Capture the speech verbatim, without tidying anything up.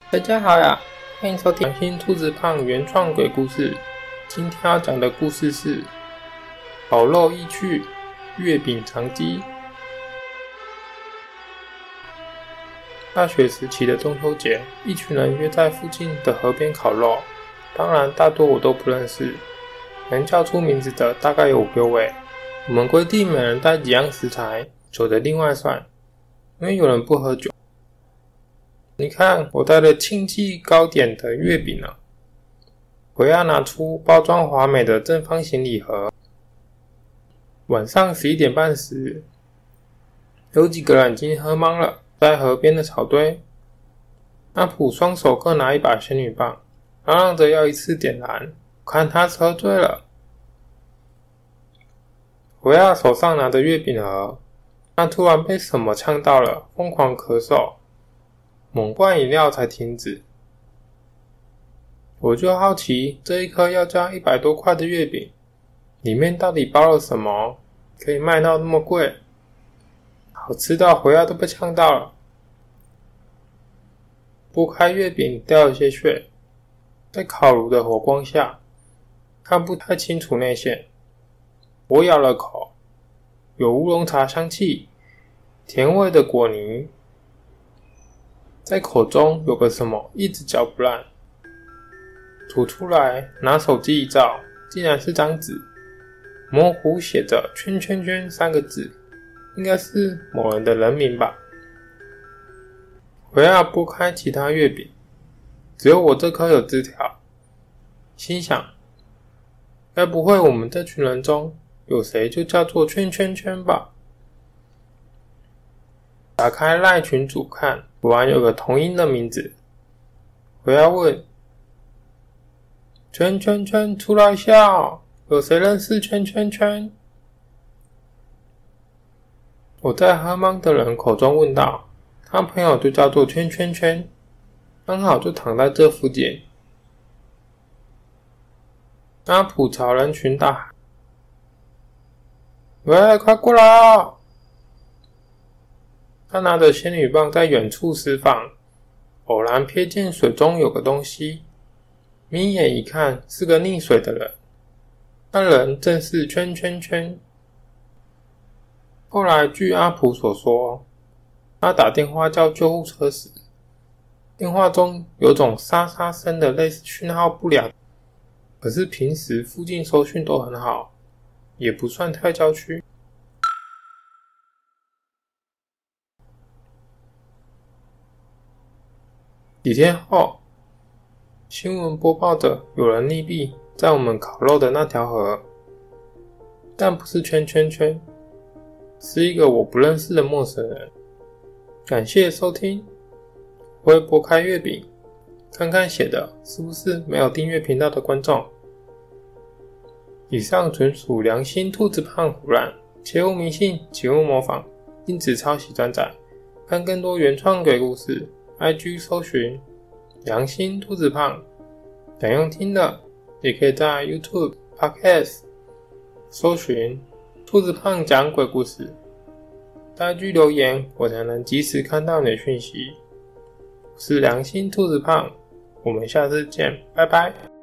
大家好呀，欢迎收听良心兔子胖原创鬼故事。今天要讲的故事是烤肉易去，月饼常积。大学时期的中秋节，一群人约在附近的河边烤肉，当然大多我都不认识，能叫出名字的大概有五六位。我们规定每人带几样食材，酒的另外算，因为有人不喝酒。你看，我带了庆忌糕点的月饼了。我要拿出包装华美的正方形礼盒。晚上十一点半时，有几个人已经喝懵了，在河边的草堆。阿普双手各拿一把仙女棒，嚷嚷着要一次点燃。我看他是喝醉了。我要手上拿着月饼盒，他突然被什么呛到了，疯狂咳嗽。猛灌饮料才停止。我就好奇，这一颗要价一百多块的月饼，里面到底包了什么，可以卖到那么贵？好吃到回家都被呛到了。剥开月饼掉了些屑，在烤炉的火光下，看不太清楚内馅。我咬了口，有乌龙茶香气，甜味的果泥。在口中有个什么一直嚼不烂，吐出来拿手机一照，竟然是张纸，模糊写着圈圈圈三个字，应该是某人的人名吧。我要剥开其他月饼，只有我这颗有字条，心想该不会我们这群人中有谁就叫做圈圈圈吧。打开赖群组看，果然有个同音的名字。我要问，圈圈圈出来笑，有谁认识圈圈圈？我在喝懵的人口中问道，他朋友就叫做圈圈圈，刚好就躺在这附近。阿普朝人群大喊，喂，快过来啊！他拿着仙女棒在远处释放，偶然瞥见水中有个东西，眯眼一看是个溺水的人，那人正是圈圈圈。后来据阿普所说，他打电话叫救护车时，电话中有种沙沙声的类似讯号不良，可是平时附近收讯都很好，也不算太郊区。几天后，新闻播报着有人溺毙在我们烤肉的那条河，但不是圈圈圈，是一个我不认识的陌生人。感谢收听，我会剥开月饼，看看写的是不是没有订阅频道的观众。以上纯属良心兔子胖胡乱，切勿迷信，切勿模仿，禁止抄袭转载。看更多原创鬼故事，I G 搜寻良心兔子胖，想用听的也可以在 YouTube、Podcast 搜寻兔子胖讲鬼故事，在 I G 留言我才能及时看到你的讯息。我是良心兔子胖，我们下次见，拜拜。